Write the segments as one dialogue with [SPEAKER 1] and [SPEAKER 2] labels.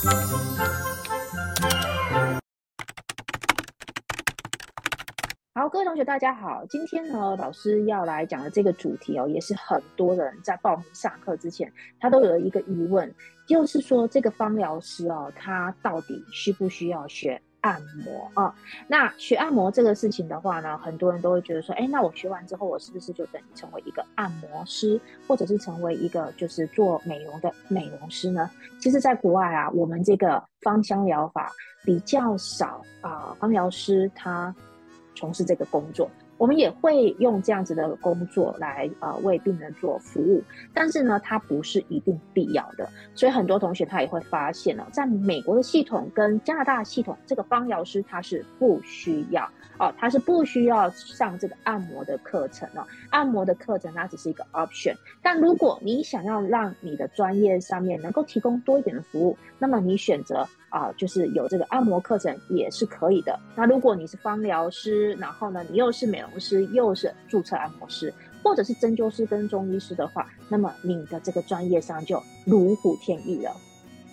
[SPEAKER 1] 好，各位同学大家好，今天呢老师要来讲的这个主题也是很多人在报名上课之前他都有一个疑问，就是说这个芳疗师他到底需不需要学按摩啊？那学按摩这个事情的话呢，很多人都会觉得说，那我学完之后我是不是就等于成为一个按摩师，或者是成为一个就是做美容的美容师呢？其实在国外我们这个芳香疗法比较少芳疗师他从事这个工作，我们也会用这样子的工作来为病人做服务，但是呢它不是一定必要的，所以很多同学他也会发现在美国的系统跟加拿大的系统，这个芳疗师他是不需要他是不需要上这个按摩的课程按摩的课程它只是一个 option， 但如果你想要让你的专业上面能够提供多一点的服务，那么你选择就是有这个按摩课程也是可以的。那如果你是芳疗师，然后呢你又是美容师又是注册按摩师，或者是针灸师跟中医师的话，那么你的这个专业上就如虎添翼了。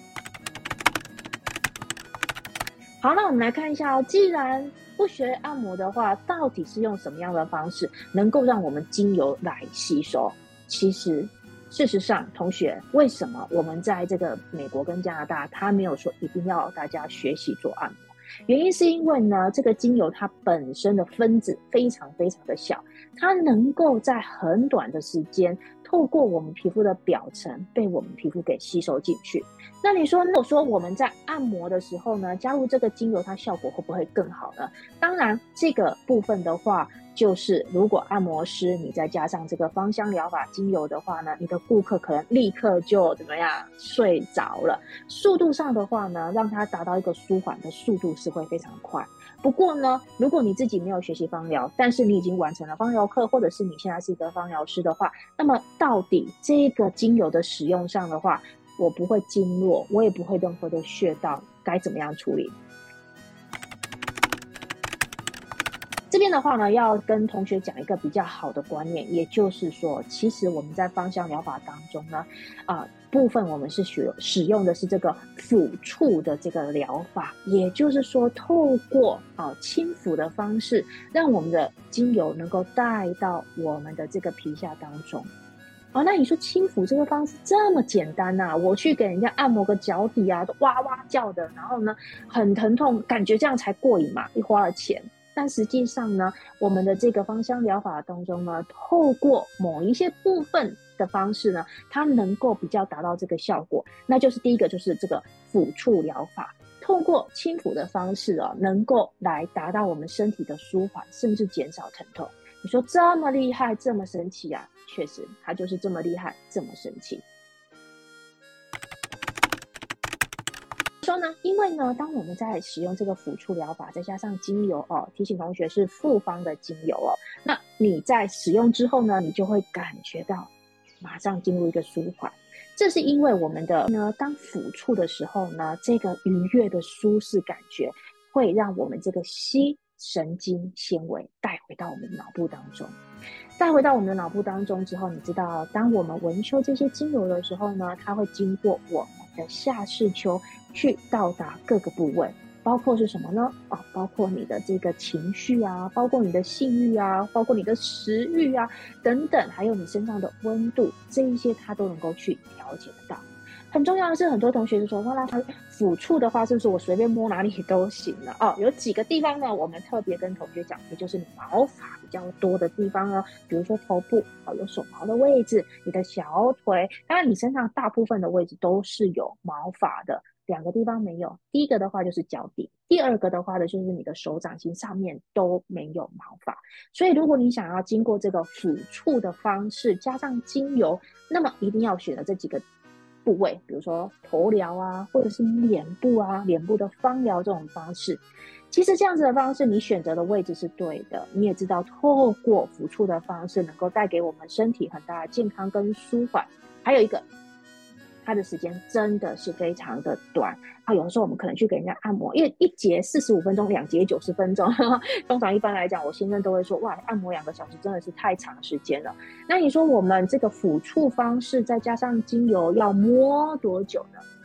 [SPEAKER 1] 好，那我们来看一下既然不学按摩的话，到底是用什么样的方式能够让我们精油来吸收？其实事实上，同学，为什么我们在这个美国跟加拿大，他没有说一定要大家学习做按摩？原因是因为呢，这个精油它本身的分子非常非常的小，它能够在很短的时间透过我们皮肤的表层被我们皮肤给吸收进去。那你说，如果说我们在按摩的时候呢，加入这个精油，它效果会不会更好呢？当然，这个部分的话，就是如果按摩师你再加上这个芳香疗法精油的话呢，你的顾客可能立刻就怎么样睡着了。速度上的话呢，让它达到一个舒缓的速度是会非常快。不过呢，如果你自己没有学习芳疗，但是你已经完成了芳疗课，或者是你现在是一个芳疗师的话，那么到底这个精油的使用上的话，我不会经络，我也不会任何的穴道，该怎么样处理？这边的话呢，要跟同学讲一个比较好的观念，也就是说，其实我们在芳香疗法当中呢，部分我们是使用的是这个抚触的这个疗法，也就是说，透过轻抚的方式，让我们的精油能够带到我们的这个皮下当中。那你说轻抚这个方式这么简单我去给人家按摩个脚底都哇哇叫的，然后呢很疼痛，感觉这样才过瘾嘛，你花了钱。但实际上呢，我们的这个芳香疗法当中呢，透过某一些部分的方式呢，它能够比较达到这个效果。那就是第一个就是这个抚触疗法，透过轻抚的方式能够来达到我们身体的舒缓，甚至减少疼痛。你说这么厉害，这么神奇确实，它就是这么厉害，这么神奇。说呢，因为呢，当我们在使用这个抚触疗法，再加上精油提醒同学是复方的精油那你在使用之后呢，你就会感觉到马上进入一个舒缓。这是因为我们的呢，当抚触的时候呢，这个愉悦的舒适感觉会让我们这个吸神经纤维带回到我们脑部当中。带回到我们的脑部当中之后，你知道当我们闻嗅这些精油的时候呢，它会经过我们的下视丘去到达各个部位，包括是什么呢？包括你的这个情绪包括你的性欲包括你的食欲等等，还有你身上的温度，这一些它都能够去了解得到。很重要的是，很多同学就说，哇啦，抚触的话是不是我随便摸哪里都行了有几个地方呢，我们特别跟同学讲，也就是你毛发比较多的地方比如说头部有手毛的位置，你的小腿，当然你身上大部分的位置都是有毛发的，两个地方没有。第一个的话就是脚底，第二个的话呢就是你的手掌心上面都没有毛发。所以如果你想要经过这个抚触的方式加上精油，那么一定要选择这几个部位，比如说头疗或者是脸部脸部的芳疗这种方式。其实这样子的方式你选择的位置是对的，你也知道透过抚触的方式能够带给我们身体很大的健康跟舒缓。还有一个，它的时间真的是非常的短有的时候我们可能去给人家按摩，因为一节45分钟，2节90分钟通常一般来讲我先生都会说，哇，按摩2个小时真的是太长时间了。那你说我们这个抚触方式再加上精油要摸多久呢？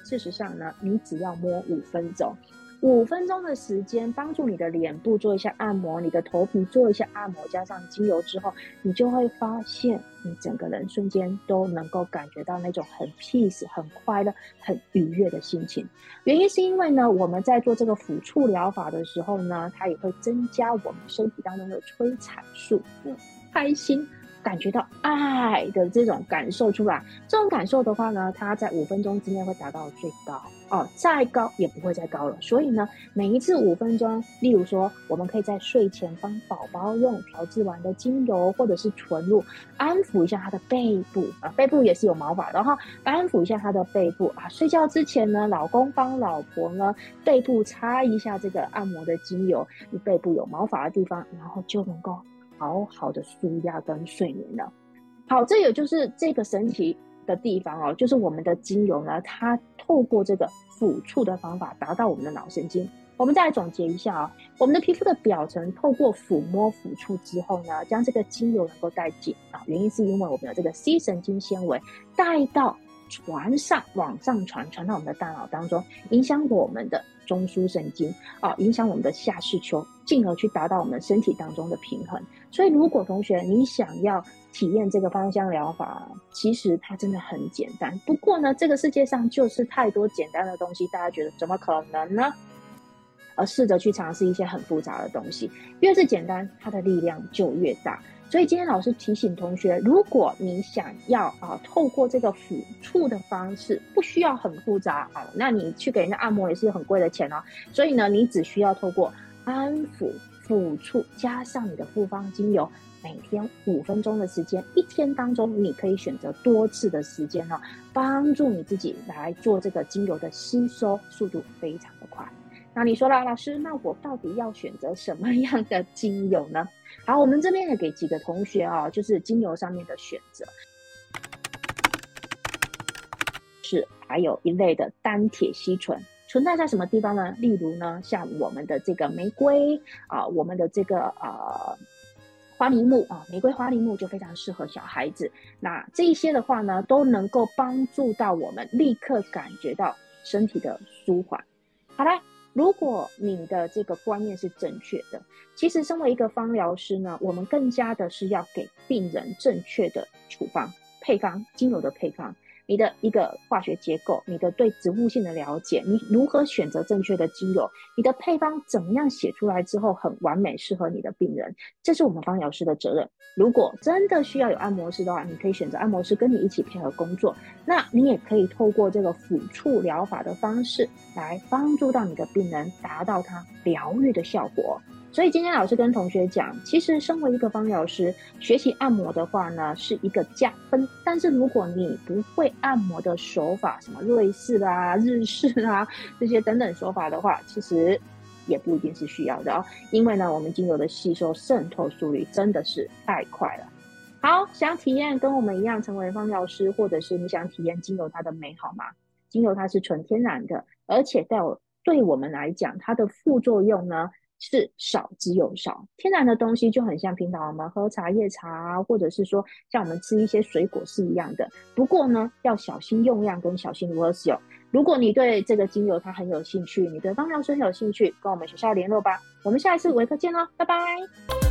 [SPEAKER 1] 事实上呢，你只要摸5分钟，5分钟的时间，帮助你的脸部做一下按摩，你的头皮做一下按摩，加上精油之后，你就会发现你整个人瞬间都能够感觉到那种很 peace、很快乐、很愉悦的心情。原因是因为呢，我们在做这个抚触疗法的时候呢，它也会增加我们身体当中的催产素，开心感觉到爱的这种感受出来。这种感受的话呢，它在5分钟之内会达到最高再高也不会再高了。所以呢，每一次5分钟，例如说我们可以在睡前帮宝宝用调制完的精油或者是纯露安抚一下他的背部背部也是有毛发的哈，安抚一下他的背部睡觉之前呢，老公帮老婆呢背部擦一下这个按摩的精油，你背部有毛发的地方，然后就能够好好的舒压跟睡眠了。好，这也就是这个神奇的地方就是我们的精油呢，它透过这个抚触的方法达到我们的脑神经。我们再来总结一下我们的皮肤的表层透过抚摸抚触之后呢，将这个精油能够带进原因是因为我们有这个 C 神经纤维带到往上传到我们的大脑当中，影响我们的中枢神经影响我们的下视丘，进而去达到我们身体当中的平衡。所以如果同学你想要体验这个芳香疗法，其实它真的很简单。不过呢，这个世界上就是太多简单的东西，大家觉得怎么可能呢？而试着去尝试一些很复杂的东西，越是简单，它的力量就越大。所以今天老师提醒同学，如果你想要透过这个抚触的方式，不需要很复杂那你去给人家按摩也是很贵的钱所以呢，你只需要透过安抚、抚触加上你的复方精油，每天5分钟的时间，一天当中你可以选择多次的时间帮助你自己来做这个精油的吸收，速度非常的快。那你说了，老师，那我到底要选择什么样的精油呢？好，我们这边也给几个同学就是精油上面的选择，是还有一类的单铁烯醇，存在在什么地方呢？例如呢，像我们的这个玫瑰我们的这个花梨木玫瑰花梨木就非常适合小孩子。那这一些的话呢，都能够帮助到我们立刻感觉到身体的舒缓。好啦，如果你的这个观念是正确的，其实身为一个芳疗师呢，我们更加的是要给病人正确的处方配方，精油的配方，你的一个化学结构，你的对植物性的了解，你如何选择正确的精油，你的配方怎么样写出来之后很完美适合你的病人，这是我们芳疗师的责任。如果真的需要有按摩师的话，你可以选择按摩师跟你一起配合工作，那你也可以透过这个抚触疗法的方式来帮助到你的病人达到他疗愈的效果。所以今天老师跟同学讲，其实身为一个芳疗师，学习按摩的话呢是一个加分，但是如果你不会按摩的手法，什么瑞士啦、日式啦这些等等手法的话，其实也不一定是需要的因为呢，我们精油的吸收渗透速率真的是太快了。好，想体验跟我们一样成为芳疗师，或者是你想体验精油它的美好吗？精油它是纯天然的，而且对我们来讲，它的副作用呢是少之又少。天然的东西就很像平常我们喝茶叶茶或者是说像我们吃一些水果是一样的。不过呢，要小心用量跟小心如何使用。如果你对这个精油它很有兴趣，你对芳疗师很有兴趣，跟我们学校联络吧。我们下一次微课见咯，拜拜。